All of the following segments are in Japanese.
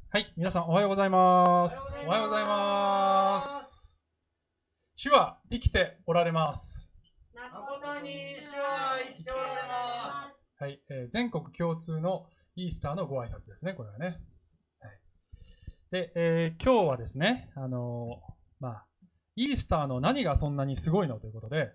はい、皆さんおはようございます。おはようございます。主は生きておられます。 誠に主は生きておられます。 はい、全国共通のイースターのご挨拶ですね、これはね。はい、で、今日はですね、イースターの何がそんなにすごいのということで、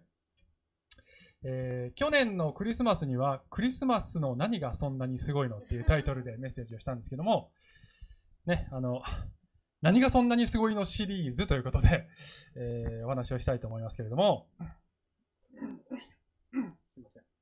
去年のクリスマスにはクリスマスの何がそんなにすごいのっていうタイトルでメッセージをしたんですけども、ね、何がそんなにすごいのシリーズということで、お話をしたいと思いますけれども、すいません。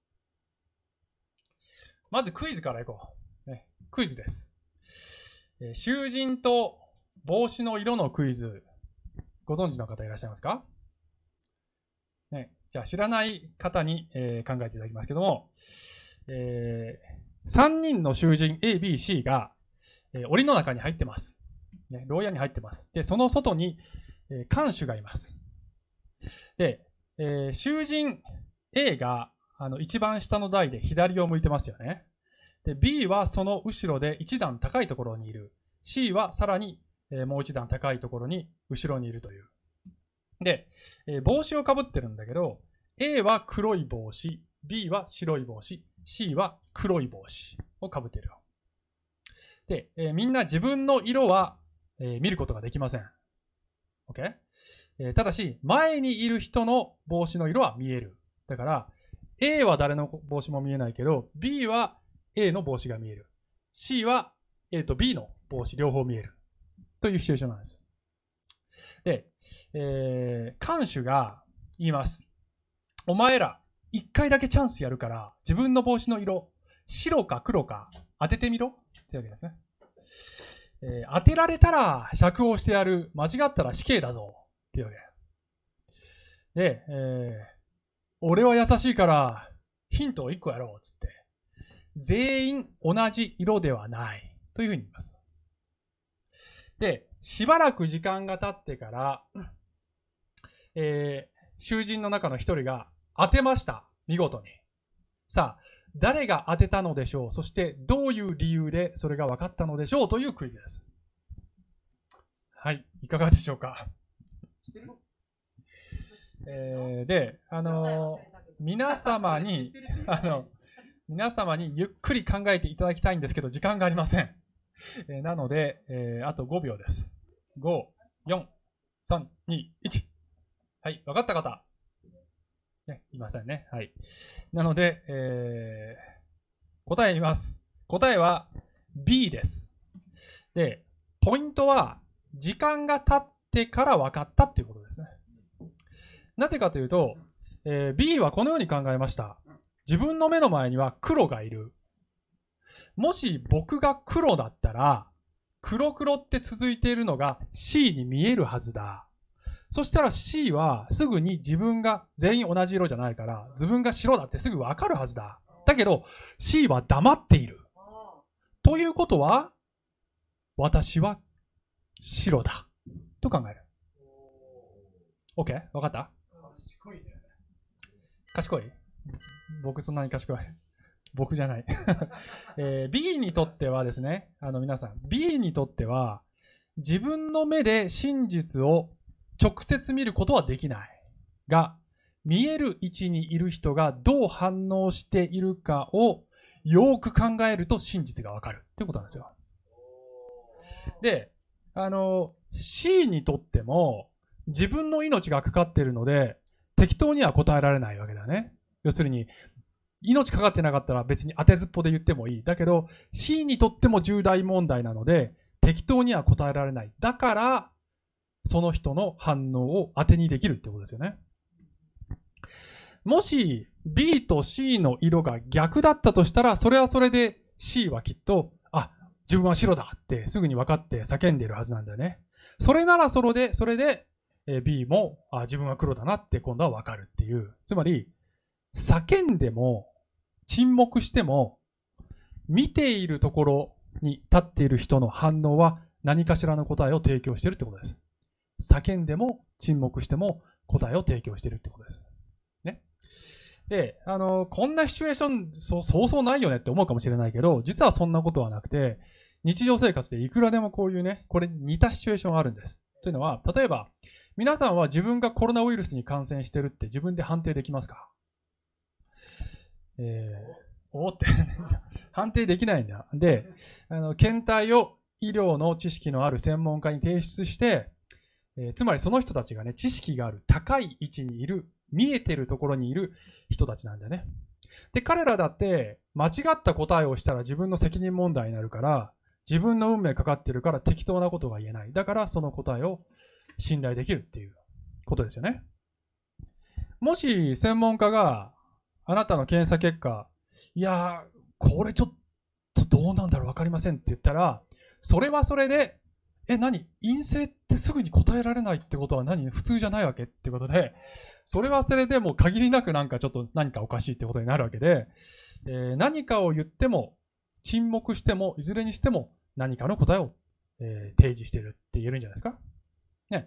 まずクイズからいこう。ね、クイズです。囚人と帽子の色のクイズ、ご存知の方いらっしゃいますか？ね、じゃあ知らない方に、考えていただきますけども、3人の囚人 A、B、C が檻の中に入ってます。ね、牢屋に入ってます。で、その外に、看守がいます。で、囚人 A が一番下の台で左を向いてますよね。で、B はその後ろで一段高いところにいる。C はさらに、もう一段高いところに後ろにいるという。で、帽子をかぶってるんだけど、A は黒い帽子、B は白い帽子、C は黒い帽子をかぶっている。で、みんな自分の色は、見ることができません。OK？ただし、前にいる人の帽子の色は見える。だから、A は誰の帽子も見えないけど、B は A の帽子が見える。C は A と B の帽子両方見える。というシチュエーションなんです。で、看守が言います。お前ら、一回だけチャンスやるから、自分の帽子の色、白か黒か当ててみろってわけですね。当てられたら釈放してやる。間違ったら死刑だぞ。っていうわけ。で、俺は優しいからヒントを1個やろう。つって。全員同じ色ではない。というふうに言います。で、しばらく時間が経ってから、囚人の中の一人が当てました。見事に。さあ、誰が当てたのでしょう。そしてどういう理由でそれが分かったのでしょうというクイズです。はい、いかがでしょうか。で、皆様にゆっくり考えていただきたいんですけど時間がありません。なので、あと5秒です。5、4、3、2、1。はい、分かった方。ね、いませんね。はい。なので、答え言います。答えは B です。で、ポイントは時間が経ってから分かったっていうことですね。なぜかというと、B はこのように考えました。自分の目の前には黒がいる。もし僕が黒だったら、黒黒って続いているのが C に見えるはずだ。そしたら C はすぐに自分が全員同じ色じゃないから、自分が白だってすぐわかるはずだ。だけど C は黙っている。ということは、私は白だ。と考える。OK？ わかった？賢いね。賢い？僕そんなに賢い。僕じゃない。B にとってはですね、皆さん、B にとっては、自分の目で真実を直接見ることはできない。が、見える位置にいる人がどう反応しているかをよく考えると真実がわかるっていうことなんですよ。で、C にとっても自分の命がかかっているので適当には答えられないわけだね。要するに、命かかってなかったら別に当てずっぽで言ってもいい。だけど C にとっても重大問題なので適当には答えられない。だからその人の反応を当てにできるってことですよね。もし B と C の色が逆だったとしたら、それはそれで C はきっと、あ、自分は白だってすぐに分かって叫んでいるはずなんだよね。それならそれで B も、あ、自分は黒だなって今度は分かるっていう。つまり、叫んでも沈黙しても見ているところに立っている人の反応は何かしらの答えを提供しているってことです。叫んでも沈黙しても答えを提供しているってことです。ね。で、こんなシチュエーションそうそうないよねって思うかもしれないけど、実はそんなことはなくて、 日常生活でいくらでもこういうね、これに似たシチュエーションがあるんです。というのは、例えば、皆さんは自分がコロナウイルスに感染してるって自分で判定できますか？おって判定できないんだ。で、検体を医療の知識のある専門家に提出して、つまりその人たちがね、知識がある高い位置にいる、見えてるところにいる人たちなんだよね。で、彼らだって間違った答えをしたら自分の責任問題になるから、自分の運命かかってるから適当なことが言えない。だからその答えを信頼できるっていうことですよね。もし専門家があなたの検査結果、いやー、これちょっとどうなんだろう分かりませんって言ったら、それはそれで、何？陰性ってすぐに答えられないってことは普通じゃないわけってことで、それはそれでもう限りなくちょっと何かおかしいってことになるわけで、何かを言っても、沈黙しても、いずれにしても何かの答えを、提示しているって言えるんじゃないですか。ね。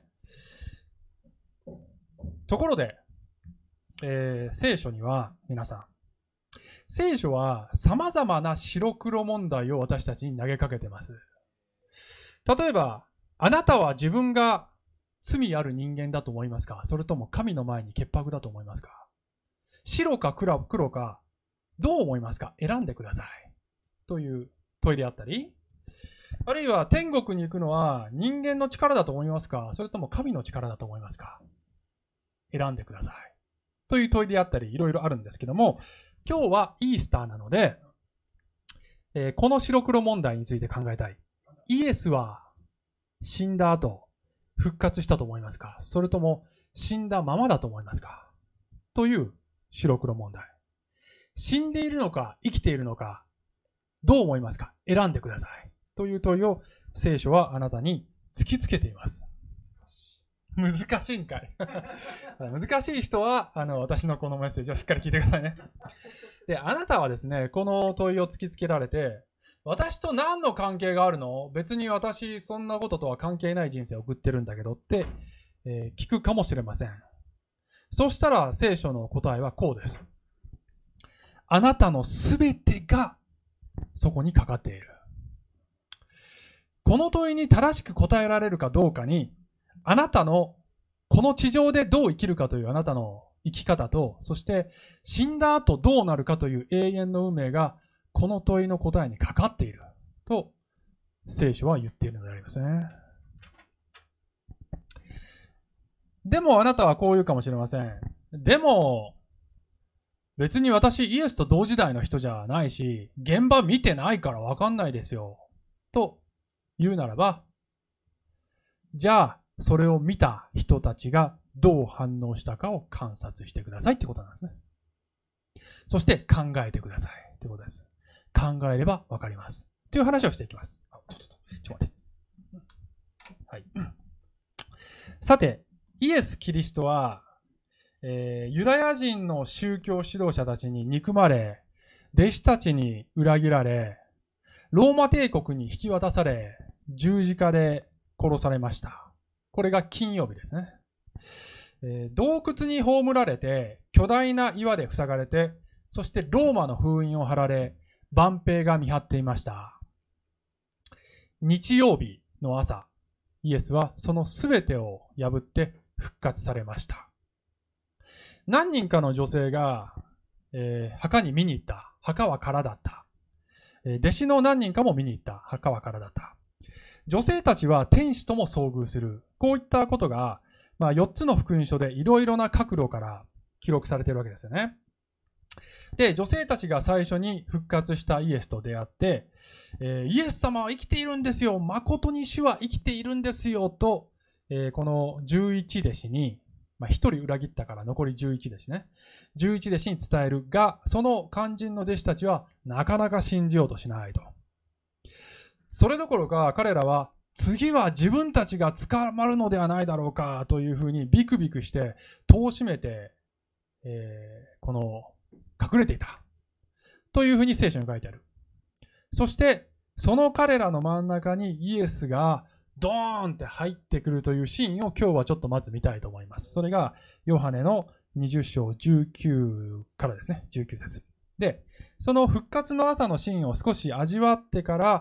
ところで、聖書には皆さん、聖書は様々な白黒問題を私たちに投げかけてます。例えば、あなたは自分が罪ある人間だと思いますか？それとも神の前に潔白だと思いますか？白か黒か、どう思いますか？選んでください。という問いであったり、あるいは天国に行くのは人間の力だと思いますか？それとも神の力だと思いますか？選んでください。という問いであったり、いろいろあるんですけども、今日はイースターなので、この白黒問題について考えたい。イエスは死んだ後、復活したと思いますか？それとも死んだままだと思いますか？という白黒問題。死んでいるのか生きているのか、どう思いますか？選んでください。という問いを聖書はあなたに突きつけています。難しいんかい。難しい人は私のこのメッセージをしっかり聞いてくださいね。で、あなたはですね、この問いを突きつけられて、私と何の関係があるの？別に私そんなこととは関係ない人生を送ってるんだけどって、聞くかもしれません。そしたら聖書の答えはこうです。あなたのすべてがそこにかかっている。この問いに正しく答えられるかどうかに、あなたのこの地上でどう生きるかというあなたの生き方と、そして死んだ後どうなるかという永遠の運命がこの問いの答えにかかっていると聖書は言っているのでありますね。でもあなたはこう言うかもしれません。でも別に私イエスと同時代の人じゃないし、現場見てないから分かんないですよと言うならば、じゃあそれを見た人たちがどう反応したかを観察してくださいってことなんですね。そして考えてくださいってことです。考えれば分かりますという話をしていきます。ちょっと待って。はい。さて、イエス・キリストは、ユダヤ人の宗教指導者たちに憎まれ、弟子たちに裏切られ、ローマ帝国に引き渡され、十字架で殺されました。これが金曜日ですね。洞窟に葬られて、巨大な岩で塞がれて、そしてローマの封印を張られ、万兵が見張っていました。日曜日の朝、イエスはそのすべてを破って復活されました。何人かの女性が、墓に見に行った。墓は空だった。弟子の何人かも見に行った。墓は空だった。女性たちは天使とも遭遇する。こういったことが、4つの福音書でいろいろな角度から記録されているわけですよね。で、女性たちが最初に復活したイエスと出会って、イエス様は生きているんですよ。誠に主は生きているんですよ。と、この11弟子に、1人裏切ったから残り11弟子ね。11弟子に伝えるが、その肝心の弟子たちはなかなか信じようとしないと。それどころか彼らは、次は自分たちが捕まるのではないだろうかというふうにビクビクして戸を閉めて、隠れていたというふうに聖書に書いてある。そしてその彼らの真ん中にイエスがドーンって入ってくるというシーンを今日はちょっとまず見たいと思います。それがヨハネの20章19からですね、19節で、その復活の朝のシーンを少し味わってから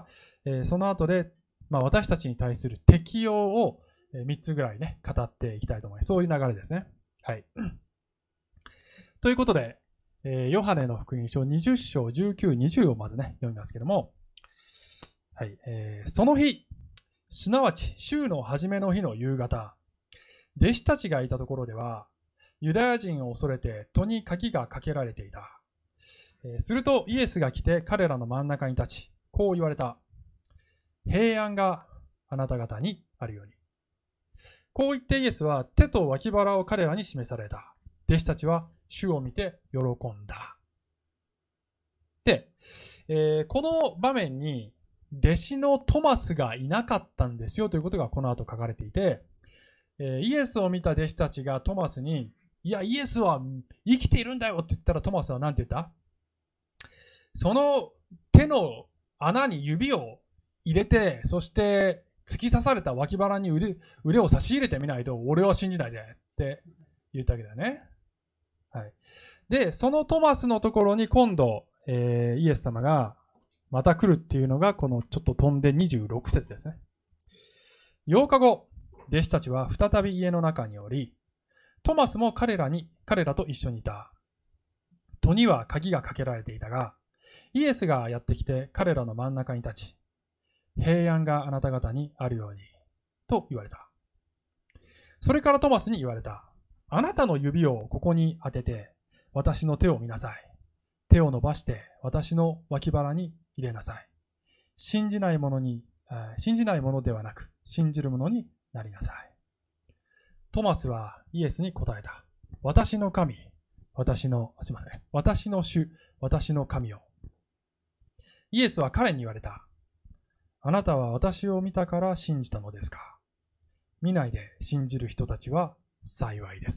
その後で、私たちに対する適用を3つぐらいね、語っていきたいと思います。そういう流れですね。はい。ということで、ヨハネの福音書20章19、20をまずね、読みますけども、はい。その日、すなわち週の初めの日の夕方、弟子たちがいたところでは、ユダヤ人を恐れて戸に鍵がかけられていた。するとイエスが来て彼らの真ん中に立ち、こう言われた。平安があなた方にあるように。こう言ってイエスは手と脇腹を彼らに示された。弟子たちは主を見て喜んだ。で、この場面に弟子のトマスがいなかったんですよということがこの後書かれていて、イエスを見た弟子たちがトマスに、いや、イエスは生きているんだよって言ったらトマスは何て言った？その手の穴に指を入れて、そして突き刺された脇腹に腕を差し入れてみないと俺は信じないぜって言ったわけだよね。はい。で、そのトマスのところに今度、イエス様がまた来るっていうのがこのちょっと飛んで26節ですね。8日後、弟子たちは再び家の中におり、トマスも彼らと一緒にいた。戸には鍵がかけられていたが、イエスがやってきて彼らの真ん中に立ち、平安があなた方にあるように、と言われた。それからトマスに言われた。あなたの指をここに当てて、私の手を見なさい。手を伸ばして、私の脇腹に入れなさい。信じないものではなく、信じるものになりなさい。トマスはイエスに答えた。私の神、私の主、私の神よ。イエスは彼に言われた。あなたは私を見たから信じたのですか。見ないで信じる人たちは幸いです。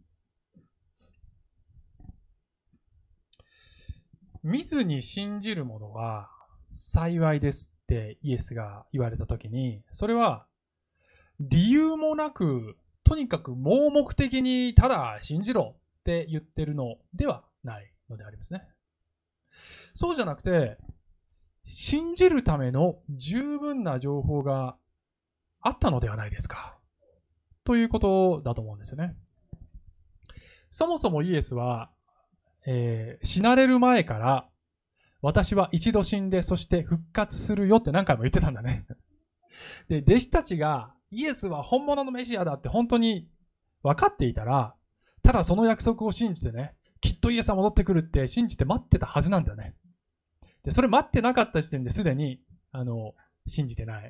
見ずに信じる者は幸いですってイエスが言われたときに、それは理由もなく、とにかく盲目的にただ信じろって言ってるのではないのでありますね。そうじゃなくて、信じるための十分な情報があったのではないですか。ということだと思うんですよね。そもそもイエスは、死なれる前から、私は一度死んで、そして復活するよって何回も言ってたんだね。で、弟子たちがイエスは本物のメシアだって本当に分かっていたら、ただその約束を信じてね、きっとイエスは戻ってくるって信じて待ってたはずなんだよね。で、それ待ってなかった時点ですでに、信じてない。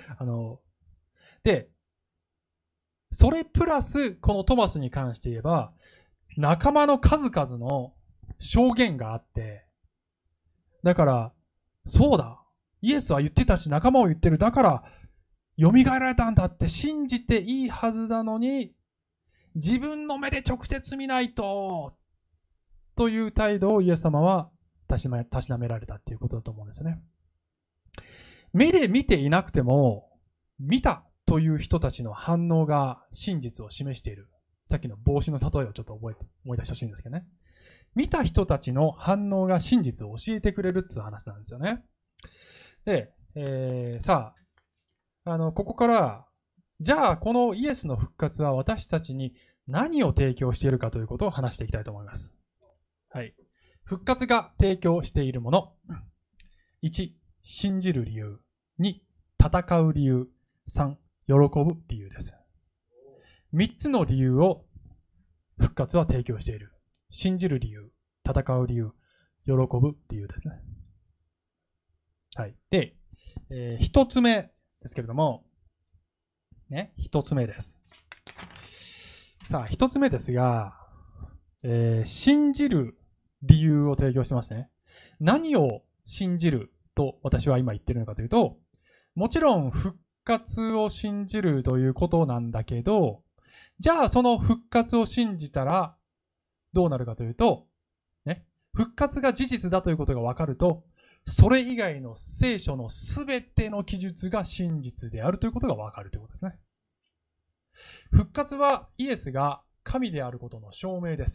で、それプラス、このトマスに関して言えば、仲間の数々の証言があって、だから、そうだ、イエスは言ってたし、仲間を言ってる、だから、蘇られたんだって信じていいはずなのに、自分の目で直接見ないと、という態度をイエス様はたしなめられたっていうことだと思うんですよね。目で見ていなくても、見たという人たちの反応が真実を示している。さっきの帽子の例えをちょっと思い出してほしいんですけどね。見た人たちの反応が真実を教えてくれるっていう話なんですよね。で、さあ、ここから、じゃあこのイエスの復活は私たちに何を提供しているかということを話していきたいと思います。はい。復活が提供しているもの。1、信じる理由。2、戦う理由。3、喜ぶ理由です。3つの理由を復活は提供している。信じる理由、戦う理由、喜ぶ理由ですね。はい。で、1つ目ですけれども、ね、1つ目です。さあ、1つ目ですが、信じる理由を提供してますね。何を信じると私は今言ってるのかというと、もちろん復活を信じるということなんだけど、じゃあその復活を信じたらどうなるかというと、ね、復活が事実だということが分かると、それ以外の聖書のすべての記述が真実であるということが分かるということですね。復活はイエスが神であることの証明です。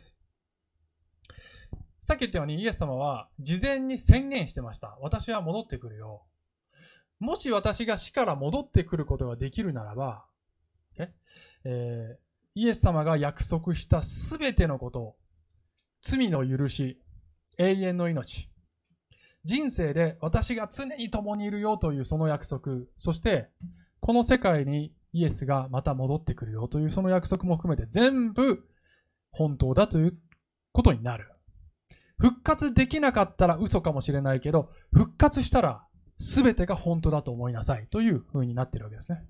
さっき言ったようにイエス様は事前に宣言してました。私は戻ってくるよ。 もし私が死から戻ってくることができるならば、イエス様が約束したすべてのこと、罪の許し、永遠の命、人生で私が常に共にいるよというその約束、そしてこの世界にイエスがまた戻ってくるよというその約束も含めて全部本当だということになる。復活できなかったら嘘かもしれないけど、復活したら全てが本当だと思いなさいという風になっているわけですね。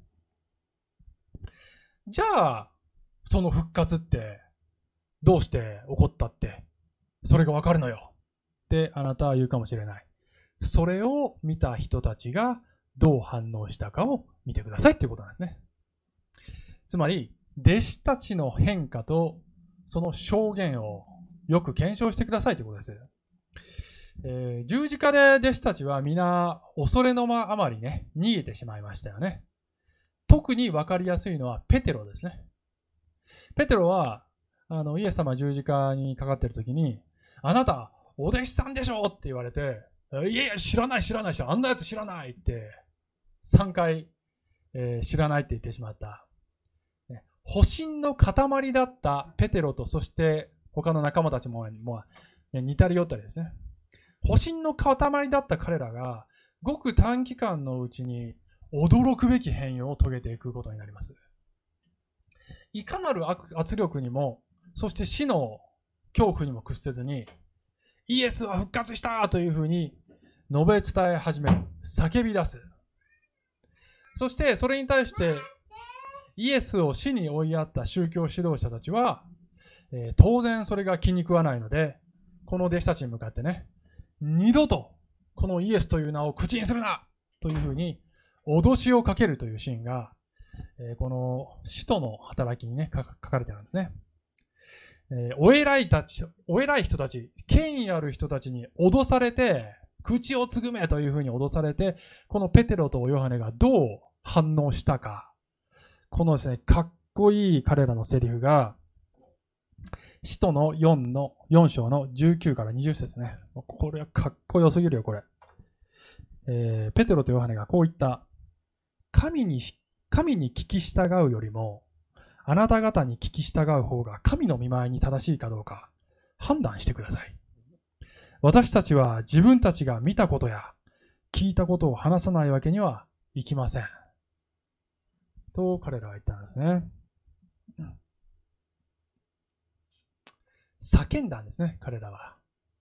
じゃあ、その復活ってどうして起こったって、それがわかるのよってあなたは言うかもしれない。それを見た人たちがどう反応したかを見てくださいっていうことなんですね。つまり、弟子たちの変化とその証言をよく検証してくださいということです。十字架で弟子たちは皆恐れのあまりね、逃げてしまいましたよね。特に分かりやすいのはペテロですね。ペテロはイエス様十字架にかかっている時に、あなたお弟子さんでしょって言われて、いやいや知らないあんなやつ知らないって3回、知らないって言ってしまった。保身の塊だったペテロと、そして他の仲間たちも似たり寄ったりですね。保身の塊だった彼らがごく短期間のうちに驚くべき変容を遂げていくことになります。いかなる圧力にも、そして死の恐怖にも屈せずに、イエスは復活したというふうに述べ伝え始める。叫び出す。そしてそれに対してイエスを死に追いやった宗教指導者たちは、当然それが気に食わないので、この弟子たちに向かってね、二度とこのイエスという名を口にするなというふうに脅しをかけるというシーンが、この使徒の働きにね、書かれてあるんですね。お偉い人たち、権威ある人たちに脅されて、口をつぐめというふうに脅されて、このペテロとヨハネがどう反応したか。このですね、かっこいい彼らのセリフが、使徒の4章の19から20節ね。これはかっこよすぎるよ、これ。ペテロとヨハネがこう言った。神に聞き従うよりも、あなた方に聞き従う方が神の御前に正しいかどうか判断してください。私たちは自分たちが見たことや聞いたことを話さないわけにはいきません。と彼らは言ったんですね。叫んだんですね、彼らは。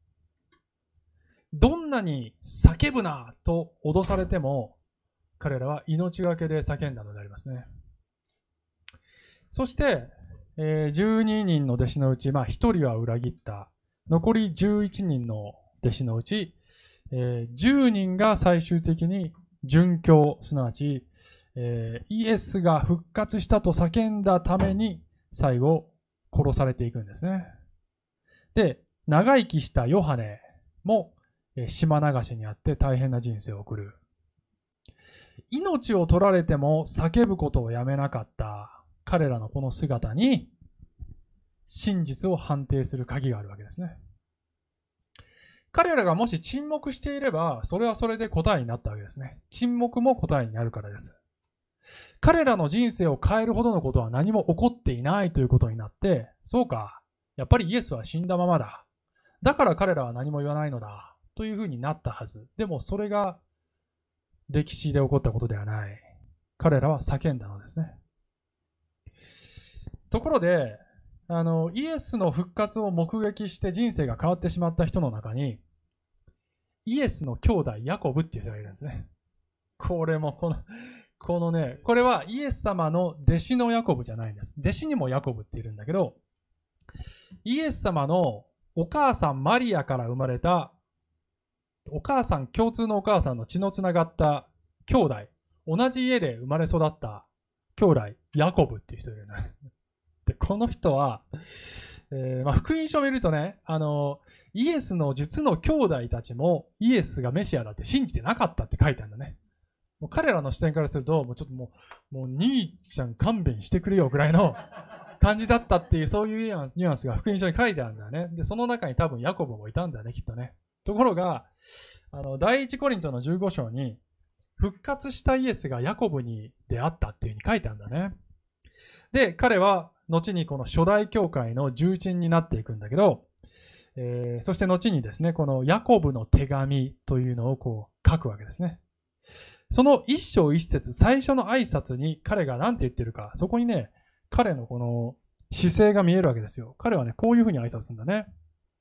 どんなに叫ぶなと脅されても、彼らは命がけで叫んだのでありますね。そして、12人の弟子のうち、1人は裏切った。残り11人の弟子のうち、10人が最終的に殉教、すなわち、イエスが復活したと叫んだために最後殺されていくんですね。で、長生きしたヨハネも島流しにあって大変な人生を送る。命を取られても叫ぶことをやめなかった彼らのこの姿に真実を判定する鍵があるわけですね。彼らがもし沈黙していれば、それはそれで答えになったわけですね。沈黙も答えになるからです。彼らの人生を変えるほどのことは何も起こっていないということになって、そうか、やっぱりイエスは死んだままだ。だから彼らは何も言わないのだ。というふうになったはず。でもそれが歴史で起こったことではない。彼らは叫んだのですね。ところで、イエスの復活を目撃して人生が変わってしまった人の中に、イエスの兄弟ヤコブっていう人がいるんですね。これもこのね、これはイエス様の弟子のヤコブじゃないんです。弟子にもヤコブっているんだけど、イエス様のお母さんマリアから生まれた、共通のお母さんの血のつながった兄弟、同じ家で生まれ育った兄弟、ヤコブっていう人がいるね。で、この人は、福音書を見るとね、イエスの実の兄弟たちもイエスがメシアだって信じてなかったって書いてあるんだね。もう彼らの視点からすると、もうちょっともう兄ちゃん勘弁してくれよぐらいの感じだったっていう、そういうニュアンスが福音書に書いてあるんだよね。で、その中に多分ヤコブもいたんだよね、きっとね。ところが、第一コリントの15章に、 復活したイエスがヤコブに出会ったっていうふうに書いてあるんだね。で、彼は後にこの初代教会の重鎮になっていくんだけど、そして後にですね、このヤコブの手紙というのをこう書くわけですね。その一章一節、最初の挨拶に彼が何て言ってるか、そこにね、彼のこの姿勢が見えるわけですよ。彼はね、こういうふうに挨拶するんだね。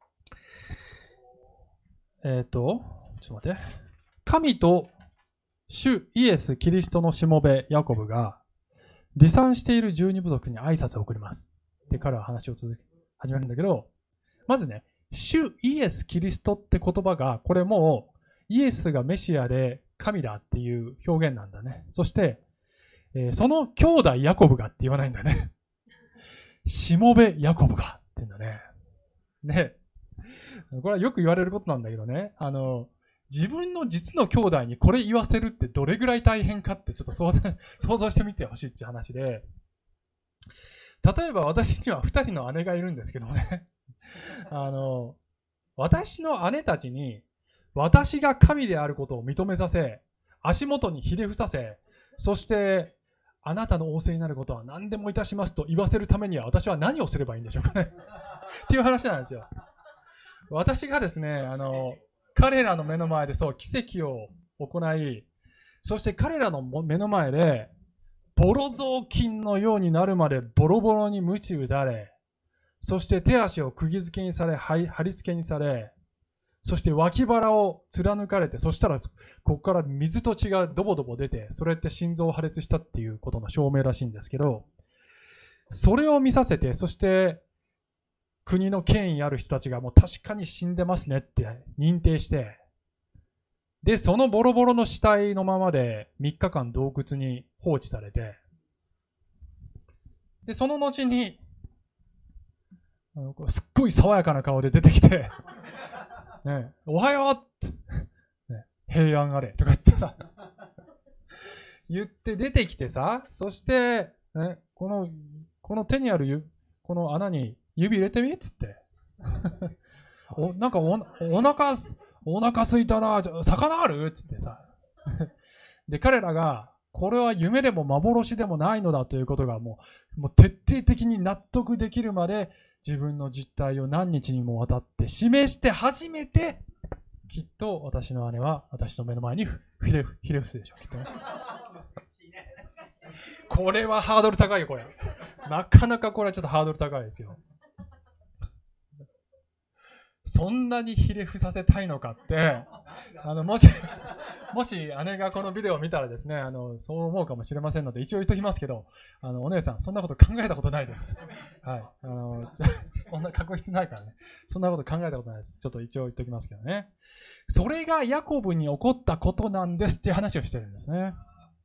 ちょっと待って。神と主イエス・キリストのしもべヤコブが離散している12部族に挨拶を送ります。で、彼は話を始めるんだけど、まずね、主イエス・キリストって言葉が、これもうイエスがメシアで神だっていう表現なんだね。そして、その兄弟ヤコブがって言わないんだね。しもべヤコブがって言うんだね。ね。これはよく言われることなんだけどね。自分の実の兄弟にこれ言わせるってどれぐらい大変かってちょっと想像してみてほしいっていう話で。例えば私には2人の姉がいるんですけどね。私の姉たちに私が神であることを認めさせ、足元にひれ伏させ、そしてあなたの仰せになることは何でもいたしますと言わせるためには私は何をすればいいんでしょうかね。っていう話なんですよ。私がですね、彼らの目の前でそう奇跡を行い、そして彼らの目の前でボロ雑巾のようになるまでボロボロに鞭打たれ、そして手足を釘付けにされ、貼り付けにされ、そして脇腹を貫かれて、そしたらここから水と血がドボドボ出て、それって心臓破裂したっていうことの証明らしいんですけど、それを見させて、そして国の権威ある人たちがもう確かに死んでますねって認定して、で、そのボロボロの死体のままで3日間洞窟に放置されて、で、その後に、すっごい爽やかな顔で出てきて、ね、おはようって、ね、平安あれとか言ってさ、言って出てきてさ、そして、ね、この手にあるこの穴に指入れてみっつって。なんかお腹すいたな、魚あるっつってさ。で、彼らが、これは夢でも幻でもないのだということがもう徹底的に納得できるまで自分の実態を何日にもわたって示して初めて、きっと私の姉は私の目の前にひれ伏すでしょう、きっとね。これはハードル高いよ、これ。なかなかこれはちょっとハードル高いですよ。そんなにひれ伏させたいのかって、もし姉がこのビデオを見たらですね、そう思うかもしれませんので、一応言っときますけど、お姉さん、そんなこと考えたことないです。はい。そんな確執ないからね。そんなこと考えたことないです。ちょっと一応言っときますけどね。それがヤコブに起こったことなんですっていう話をしてるんですね。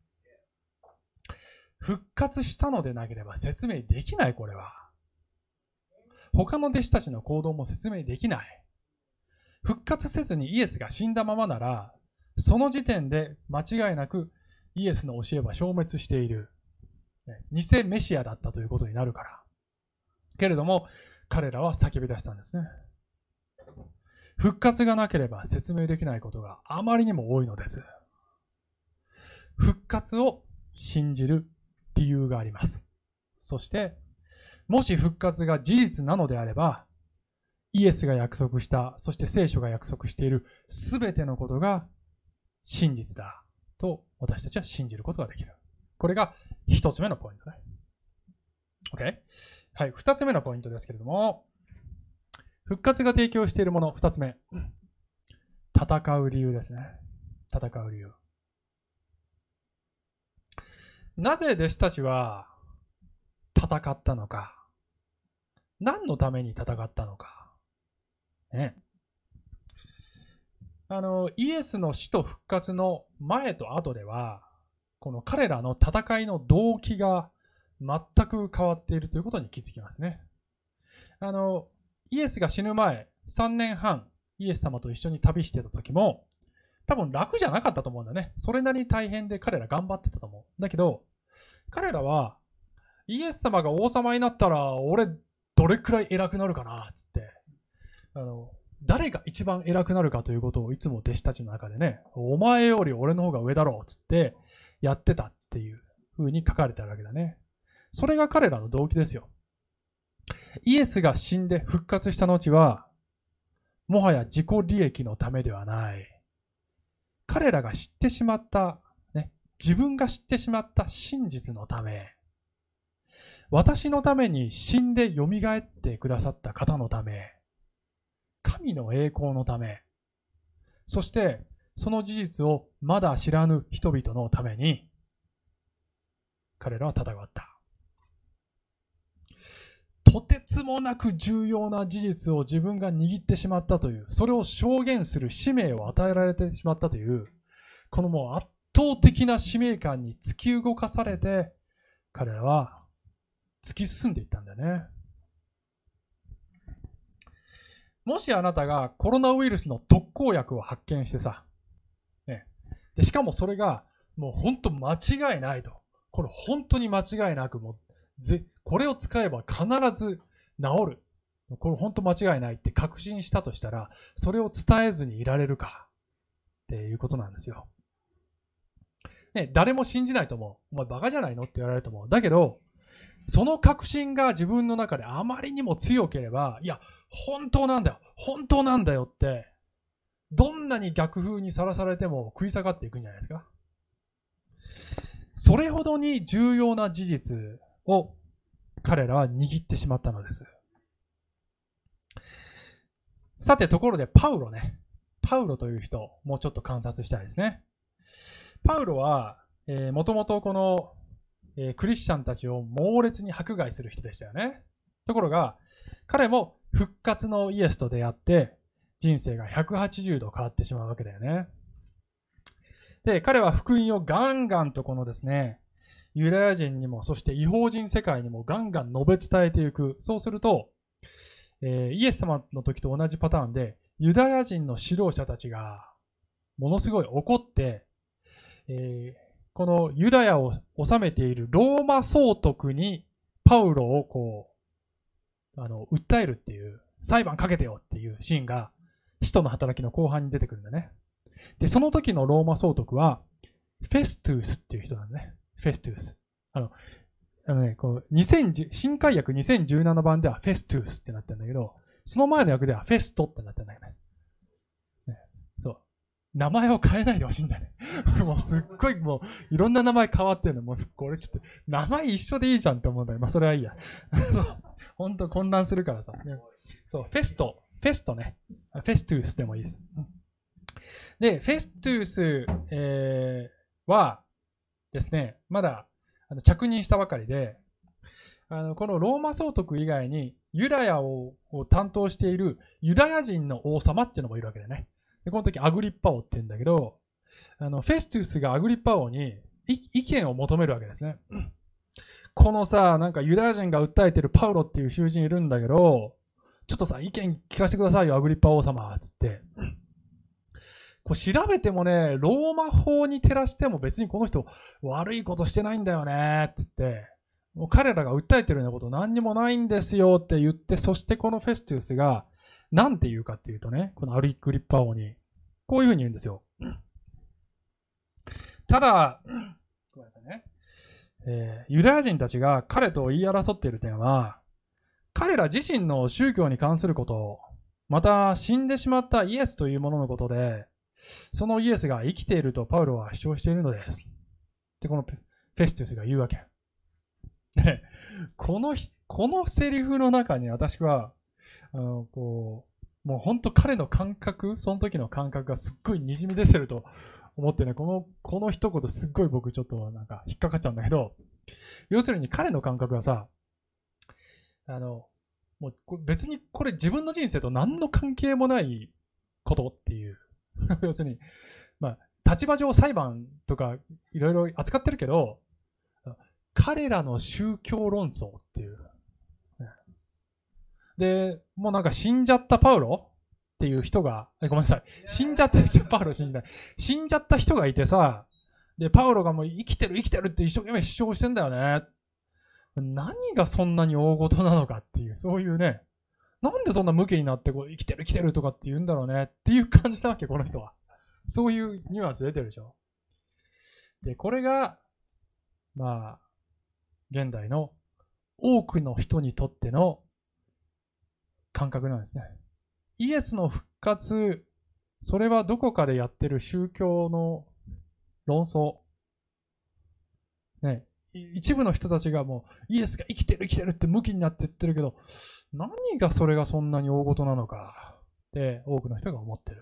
復活したのでなければ説明できない、これは。他の弟子たちの行動も説明できない。復活せずにイエスが死んだままなら、その時点で間違いなくイエスの教えは消滅している。偽メシアだったということになるから。けれども、彼らは叫び出したんですね。復活がなければ説明できないことがあまりにも多いのです。復活を信じる理由があります。そして、もし復活が事実なのであれば、イエスが約束した、そして聖書が約束しているすべてのことが真実だと私たちは信じることができる。これが一つ目のポイントね。OK？ はい、二つ目のポイントですけれども、復活が提供しているもの、二つ目。戦う理由ですね。戦う理由。なぜ弟子たちは戦ったのか。何のために戦ったのか。ね。イエスの死と復活の前と後では、この彼らの戦いの動機が全く変わっているということに気づきますね。イエスが死ぬ前、3年半、イエス様と一緒に旅してた時も、多分楽じゃなかったと思うんだね。それなりに大変で彼ら頑張ってたと思う。だけど、彼らは、イエス様が王様になったら、俺、どれくらい偉くなるかなつって、 誰が一番偉くなるかということをいつも弟子たちの中でね、お前より俺の方が上だろうっつってやってたっていう風に書かれてあるわけだね。それが彼らの動機ですよ。イエスが死んで復活した後は、もはや自己利益のためではない。彼らが知ってしまった、ね、自分が知ってしまった真実のため、私のために死んで蘇ってくださった方のため、神の栄光のため、そしてその事実をまだ知らぬ人々のために、彼らは戦った。とてつもなく重要な事実を自分が握ってしまったという、それを証言する使命を与えられてしまったという、このもう圧倒的な使命感に突き動かされて、彼らは突き進んでいったんだよね。もしあなたがコロナウイルスの特効薬を発見してさ、ね、でしかもそれがもう本当間違いないと。これ本当に間違いなくもうこれを使えば必ず治る。これ本当間違いないって確信したとしたら、それを伝えずにいられるかっていうことなんですよ。ね、誰も信じないと思う。お前バカじゃないのって言われると思う。だけど、その確信が自分の中であまりにも強ければ、いや、本当なんだよ。本当なんだよって、どんなに逆風にさらされても食い下がっていくんじゃないですか。それほどに重要な事実を彼らは握ってしまったのです。さて、ところでパウロね。パウロという人、もうちょっと観察したいですね。パウロは、もともとこの、クリスチャンたちを猛烈に迫害する人でしたよね。ところが、彼も復活のイエスと出会って、人生が180度変わってしまうわけだよね。で、彼は福音をガンガンとこのですね、ユダヤ人にも、そして異邦人世界にもガンガン述べ伝えていく。そうすると、イエス様の時と同じパターンで、ユダヤ人の指導者たちがものすごい怒って、このユダヤを治めているローマ総督にパウロをこう、訴えるっていう、裁判かけてよっていうシーンが、使徒の働きの後半に出てくるんだね。で、その時のローマ総督は、フェストゥースっていう人なんだね。フェストゥース。こう新海訳2017版ではフェストゥースってなってるんだけど、その前の訳ではフェストってなってるんだよね。そう。名前を変えないでほしいんだよね。もうすっごいもういろんな名前変わってるの。もうこれちょっと名前一緒でいいじゃんって思うんだけど、まあそれはいいや。本当混乱するからさ。ね、そう、フェストね。フェストゥースでもいいです。で、フェストゥース、はですね、まだ着任したばかりで、このローマ総督以外にユダヤを担当しているユダヤ人の王様っていうのもいるわけだよね。でこの時アグリッパ王って言うんだけど、フェストゥースがアグリッパ王に意見を求めるわけですね。このさ、なんかユダヤ人が訴えてるパウロっていう囚人いるんだけど、ちょっとさ、意見聞かせてくださいよ、アグリッパ王様つって。こう調べてもね、ローマ法に照らしても別にこの人悪いことしてないんだよねって言って、もう彼らが訴えてるようなこと何にもないんですよって言って、そしてこのフェスティウスが何て言うかっていうとね、このアグリッパ王にこういうふうに言うんですよ。ただ、ごめんなさいね。ユダヤ人たちが彼と言い争っている点は、彼ら自身の宗教に関すること、また死んでしまったイエスというもののことで、そのイエスが生きているとパウロは主張しているのです。で、このフェスティウスが言うわけ。で、このセリフの中に私は、もう本当彼の感覚、その時の感覚がすっごい滲み出てると思ってね、この一言すっごい僕ちょっとなんか引っかかっちゃうんだけど、要するに彼の感覚はさ、もう別にこれ自分の人生と何の関係もないことっていう。要するに、まあ、立場上裁判とかいろいろ扱ってるけど、彼らの宗教論争っていう。で、もうなんか死んじゃったパウロっていう人が、ごめんなさい。死んじゃった人がいてさ、で、パウロがもう生きてるって一生懸命主張してんだよね。何がそんなに大事なのかっていう、そういうね、 なんでそんなムキになってこう生きてる生きてるとかって言うんだろうねっていう感じなわけ、この人は。そういうニュアンス出てるでしょ。で、これが、まあ、現代の多くの人にとっての感覚なんですね。イエスの復活、それはどこかでやってる宗教の論争。ね、一部の人たちがもうイエスが生きてる生きてるってムキになって言ってるけど、何がそれがそんなに大事なのかって多くの人が思ってる。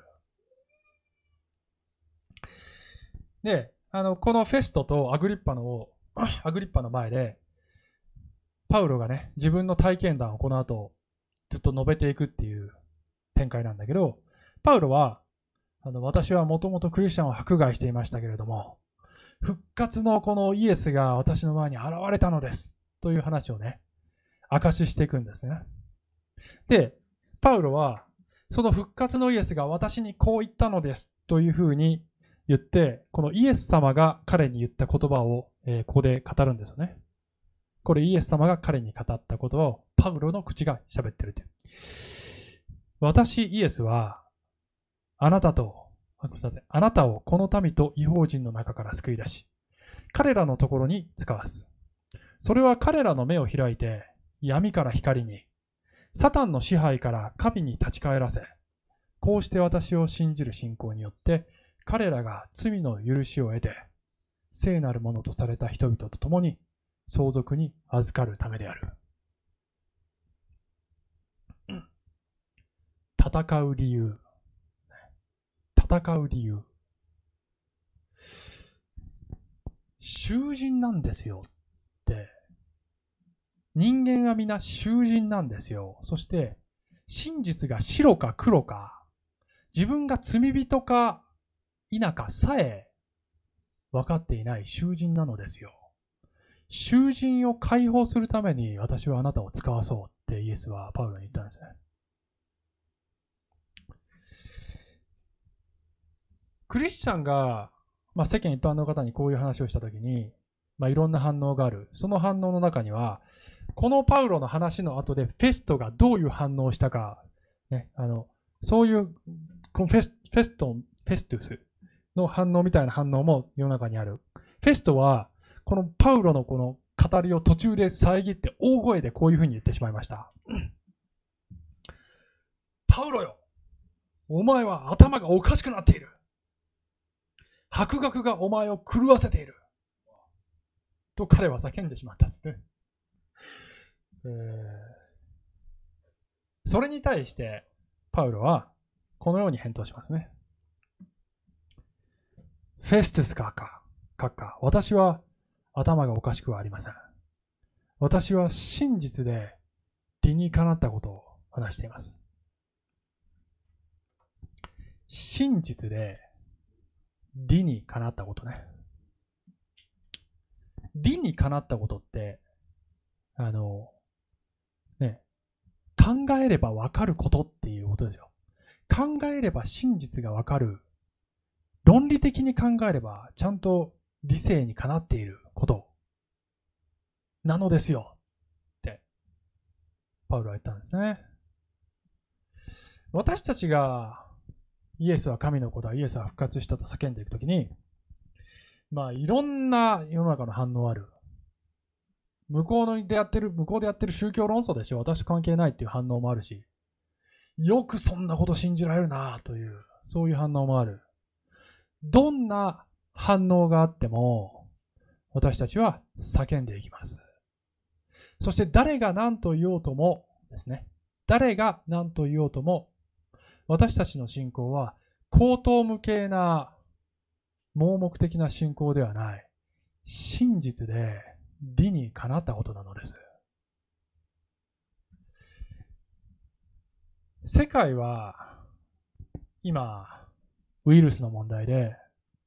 で、このフェストとアグリッパの前で、パウロがね、自分の体験談をこの後ずっと述べていくっていう展開なんだけど、パウロは、私はもともとクリスチャンを迫害していましたけれども、復活のこのイエスが私の前に現れたのですという話をね、証ししていくんですね。で、パウロは、その復活のイエスが私にこう言ったのですというふうに言って、このイエス様が彼に言った言葉を、ここで語るんですよね。これイエス様が彼に語った言葉をパウロの口が喋ってるという。私イエスはあなたをこの民と異邦人の中から救い出し、彼らのところに使わす。それは彼らの目を開いて闇から光に、サタンの支配から神に立ち返らせ、こうして私を信じる信仰によって彼らが罪の許しを得て聖なるものとされた人々と共に相続に預かるためである。戦う理由。囚人なんですよって。人間は皆囚人なんですよ。そして真実が白か黒か、自分が罪人か否かさえ分かっていない囚人なのですよ。囚人を解放するために私はあなたを使わそうってイエスはパウロに言ったんですね。クリスチャンが、世間一般の方にこういう話をしたときに、いろんな反応がある。その反応の中には、このパウロの話の後でフェストがどういう反応をしたか、ね、そういうこのフェストゥスの反応みたいな反応も世の中にある。フェストはこのパウロのこの語りを途中で遮って大声でこういうふうに言ってしまいました。パウロよ、お前は頭がおかしくなっている。博学がお前を狂わせている。と彼は叫んでしまったんですね。それに対してパウロはこのように返答しますね。フェストゥス閣下、私は頭がおかしくはありません。私は真実で理にかなったことを話しています。真実で理にかなったことね。理にかなったことって、考えればわかることっていうことですよ。考えれば真実がわかる。論理的に考えればちゃんと理性にかなっていることなのですよってパウロは言ったんですね。私たちがイエスは神の子だ、イエスは復活したと叫んでいくときに、いろんな世の中の反応ある。向こうでやってる宗教論争でしょ。私関係ないっていう反応もあるし、よくそんなこと信じられるなという、そういう反応もある。どんな反応があっても、私たちは叫んでいきます。そして誰が何と言おうともですね、私たちの信仰は口頭無形な盲目的な信仰ではない、真実で理にかなったことなのです。世界は今ウイルスの問題で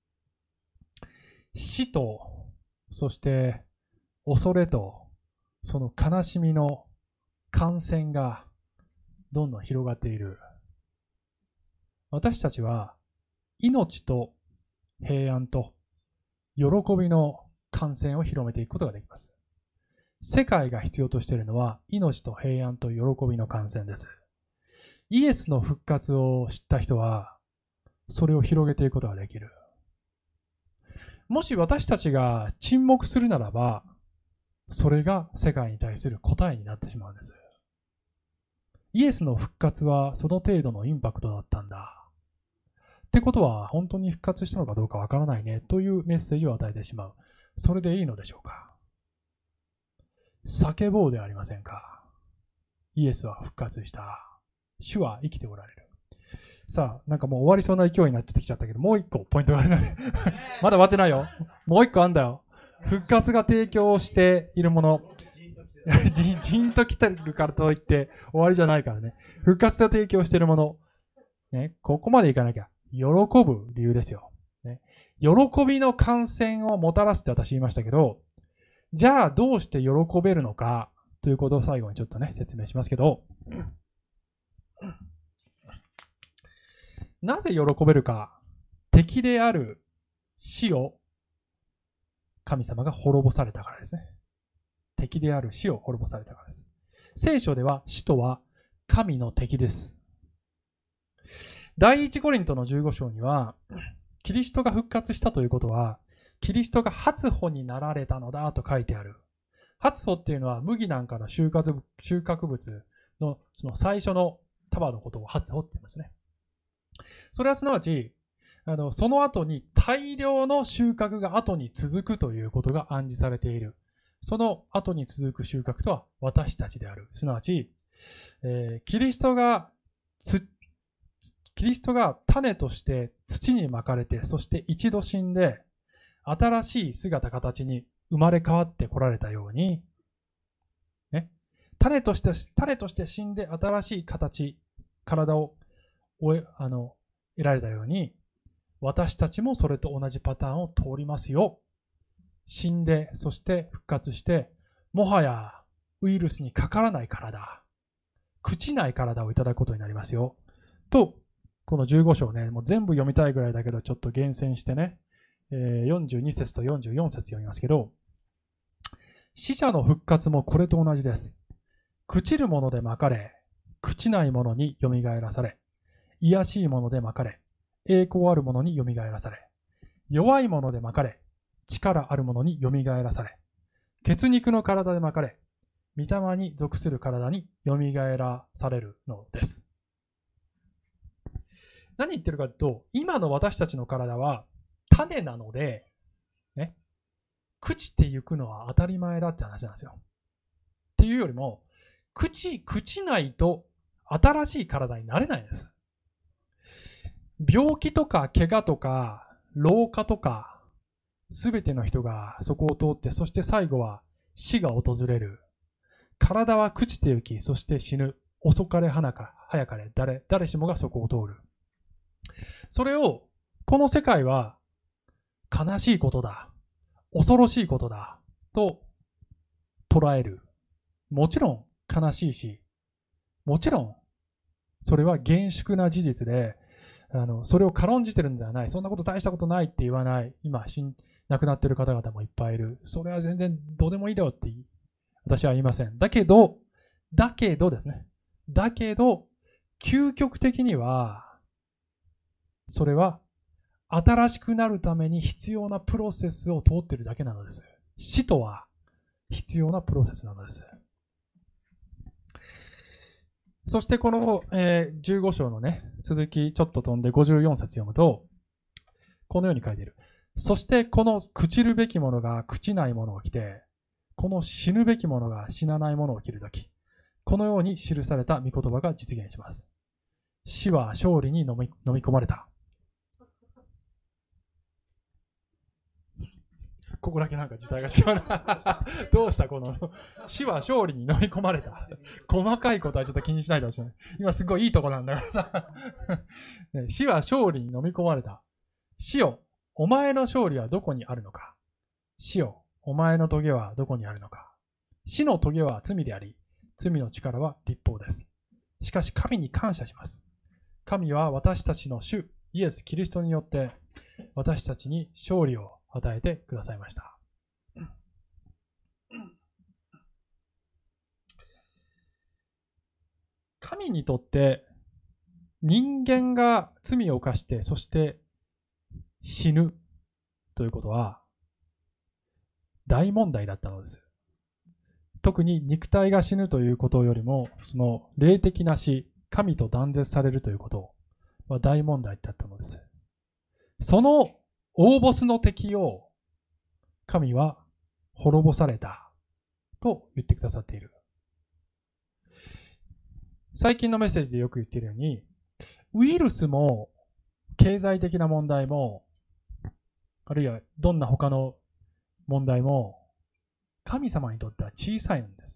死と、そして恐れと、その悲しみの感染がどんどん広がっている。私たちは命と平安と喜びの感染を広めていくことができます。世界が必要としているのは命と平安と喜びの感染です。 イエスの復活を知った人は、それを広げていくことができる。もし私たちが沈黙するならば、それが世界に対する答えになってしまうんです。イエスの復活はその程度のインパクトだったんだ。ってことは、本当に復活したのかどうかわからないねというメッセージを与えてしまう。それでいいのでしょうか。叫ぼうではありませんか。イエスは復活した。主は生きておられる。さあ、なんかもう終わりそうな勢いになってきちゃったけど、もう一個ポイントがあるね。まだ終わってないよ。もう一個あんだよ。復活が提供しているもの。じんと来てるからといって終わりじゃないからね。復活が提供しているもの。ね、ここまでいかなきゃ。喜ぶ理由ですよ。ね、喜びの感染をもたらすって私言いましたけど、じゃあどうして喜べるのかということを最後にちょっとね、説明しますけど、なぜ喜べるか。敵である死を神様が滅ぼされたからですね。敵である死を滅ぼされたからです。聖書では死とは神の敵です。第一コリントの15章には、キリストが復活したということは、キリストが初穂になられたのだと書いてある。初穂っていうのは麦なんかの収穫物のその最初の束のことを初穂って言いますね。それはすなわち、その後に大量の収穫が後に続くということが暗示されている。その後に続く収穫とは私たちである。すなわち、キリストが種として土にまかれて、そして一度死んで、新しい姿形に生まれ変わってこられたように、ね、種として死んで新しい形、体を得られたように、私たちもそれと同じパターンを通りますよ。死んで、そして復活して、もはやウイルスにかからない体、朽ちない体をいただくことになりますよ。と、この15章ね、もう全部読みたいぐらいだけど、ちょっと厳選してね、42節と44節読みますけど、死者の復活もこれと同じです。朽ちるものでまかれ、朽ちないものによみがえらされ、卑しいものでまかれ、栄光あるものによみがえらされ、弱いものでまかれ、力あるものによみがえらされ、血肉の体でまかれ、御霊に属する体によみがえらされるのです。何言ってるかというと、今の私たちの体は種なので、ね、朽ちていくのは当たり前だって話なんですよ。っていうよりも、朽ちないと新しい体になれないんです。病気とか怪我とか老化とか、すべての人がそこを通って、そして最後は死が訪れる。体は朽ちてゆき、そして死ぬ。遅かれ早かれ、誰しもがそこを通る。それを、この世界は悲しいことだ、恐ろしいことだと捉える。もちろん悲しいし、もちろんそれは厳粛な事実で、それを軽んじてるんではない。そんなこと大したことないって言わない。今亡くなっている方々もいっぱいいる。それは全然どうでもいいだよって私は言いません。だけどですね。だけど、究極的には、それは新しくなるために必要なプロセスを通っているだけなのです。死とは必要なプロセスなのです。そしてこの、15章のね、続きちょっと飛んで54節読むと、このように書いている。そしてこの朽ちるべきものが朽ちないものを着て、この死ぬべきものが死なないものを着るとき、このように記された御言葉が実現します。死は勝利に飲み込まれた。ここだけなんか時代が違うな。どうしたこの死は勝利に飲み込まれた。細かいことはちょっと気にしないでほしい。今すごいいいとこなんだからさ。死は勝利に飲み込まれた。死よ、お前の勝利はどこにあるのか。死よ、お前の棘はどこにあるのか。死の棘は罪であり、罪の力は律法です。しかし神に感謝します。神は私たちの主イエス・キリストによって私たちに勝利を与えてくださいました。神にとって人間が罪を犯して、そして死ぬということは大問題だったのです。特に肉体が死ぬということよりも、その霊的な死、神と断絶されるということは大問題だったのです。その大ボスの敵を神は滅ぼされたと言ってくださっている。最近のメッセージでよく言っているように、ウイルスも経済的な問題も、あるいはどんな他の問題も神様にとっては小さいんです。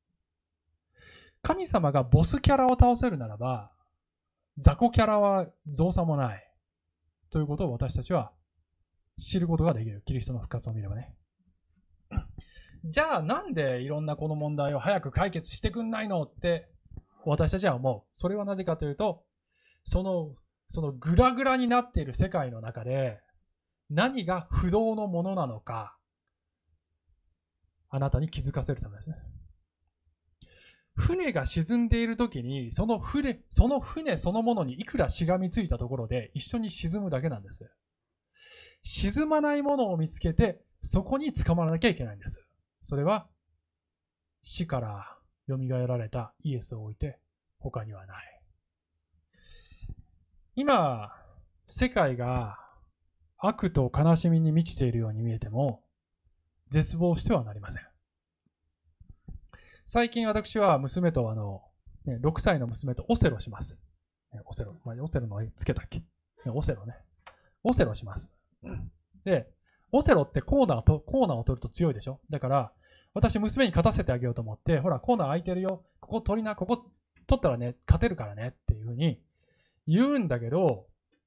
神様がボスキャラを倒せるならば、雑魚キャラは造作もないということを私たちは知ることができる。キリストの復活を見ればね。じゃあなんでいろんなこの問題を早く解決してくんないのって私たちは思う。それはなぜかというと、そのグラグラになっている世界の中で何が不動のものなのか、あなたに気づかせるためですね。船が沈んでいるときに、その船そのものにいくらしがみついたところで一緒に沈むだけなんです。沈まないものを見つけて、そこに捕まらなきゃいけないんです。それは死から蘇られたイエスを置いて他にはない。今、世界が悪と悲しみに満ちているように見えても、絶望してはなりません。最近私は娘と6歳の娘とオセロします。オセロの絵つけたっけ？オセロね。オセロします。で、オセロってコーナーを取ると強いでしょ？だから、私娘に勝たせてあげようと思って、ほら、コーナー空いてるよ。ここ取りな、ここ取ったらね、勝てるからねっていうふうに言うんだけど、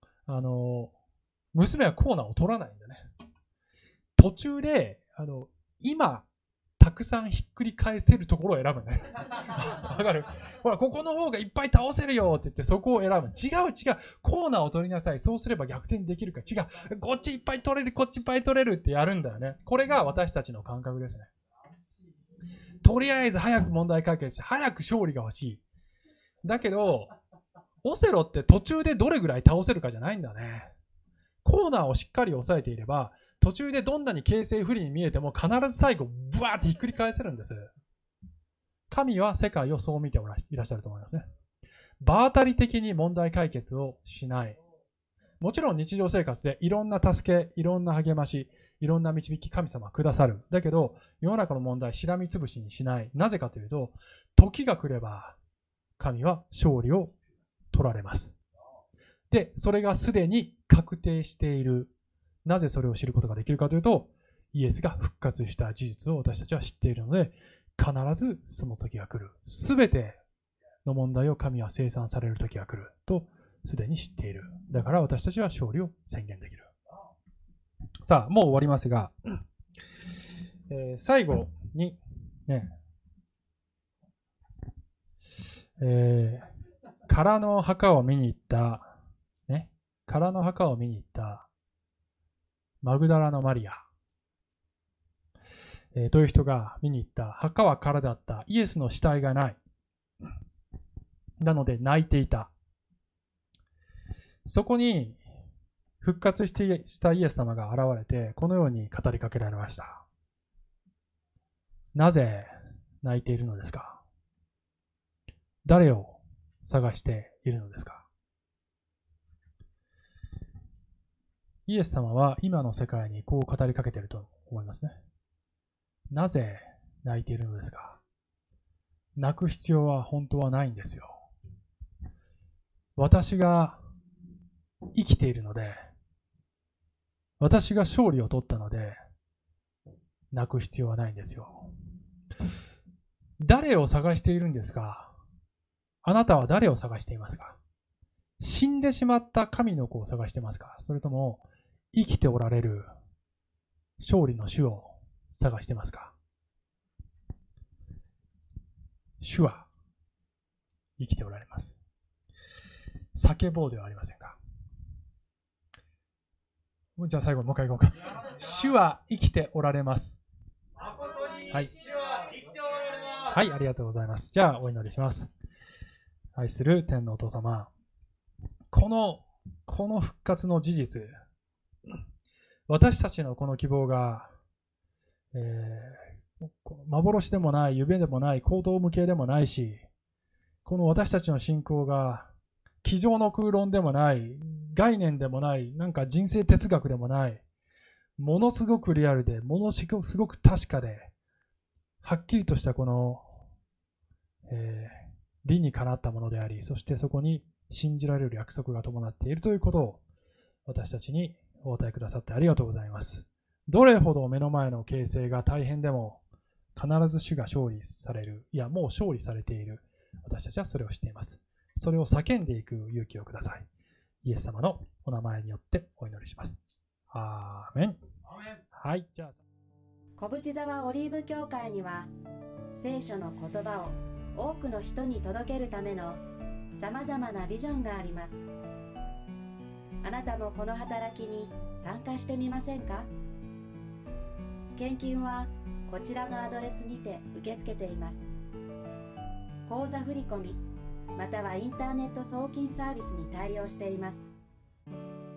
娘はコーナーを取らないんだね。途中で、今、たくさんひっくり返せるところを選ぶね。わかる？ほら、ここの方がいっぱい倒せるよって言ってそこを選ぶ。違う。コーナーを取りなさい。そうすれば逆転できるか。違う。こっちいっぱい取れる、こっちいっぱい取れるってやるんだよね。これが私たちの感覚ですね。とりあえず早く問題解決して、早く勝利が欲しい。だけど、オセロって途中でどれぐらい倒せるかじゃないんだね。コーナーをしっかり抑えていれば、途中でどんなに形勢不利に見えても必ず最後ブワーってひっくり返せるんです。神は世界をそう見ていらっしゃると思いますね。場当たり的に問題解決をしない。もちろん日常生活でいろんな助け、いろんな励まし、いろんな導き神様はくださる。だけど世の中の問題しらみつぶしにしない。なぜかというと、時が来れば神は勝利を取られます。で、それがすでに確定している。なぜそれを知ることができるかというと、イエスが復活した事実を私たちは知っているので、必ずその時が来る。すべての問題を神は清算される時が来るとすでに知っている。だから私たちは勝利を宣言できる。さあ、もう終わりますが、最後にね、空の墓を見に行った、マグダラのマリア、という人が見に行った。墓は空だった。イエスの死体がない。なので泣いていた。そこに復活したイエス様が現れて、このように語りかけられました。なぜ泣いているのですか？誰を探しているのですか？イエス様は今の世界にこう語りかけていると思いますね。なぜ泣いているのですか？泣く必要は本当はないんですよ。私が生きているので、私が勝利を取ったので、泣く必要はないんですよ。誰を探しているんですか？あなたは誰を探していますか？死んでしまった神の子を探していますか？それとも生きておられる勝利の主を探していますか？主は生きておられます。叫ぼうではありませんか？じゃあ最後もう一回行こうか。主は生きておられます。 誠に主ははい生きておられます。 はい、ありがとうございます。じゃあお祈りします。愛する天のお父様、 この復活の事実、私たちのこの希望が、幻でもない、夢でもない、行動無形でもないし、この私たちの信仰が、机上の空論でもない、概念でもない、なんか人生哲学でもない、ものすごくリアルで、ものすごく確かで、はっきりとしたこの、理にかなったものであり、そしてそこに信じられる約束が伴っているということを私たちにお与えくださってありがとうございます。どれほど目の前の形勢が大変でも必ず主が勝利される。いや、もう勝利されている。私たちはそれをしています。それを叫んでいく勇気をください。イエス様のお名前によってお祈りします。アーメン。はい、じゃあ。 小淵沢オリーブ教会には聖書の言葉を多くの人に届けるためのさまざまなビジョンがあります。あなたもこの働きに参加してみませんか？献金はこちらのアドレスにて受け付けています。口座振込またはインターネット送金サービスに対応しています。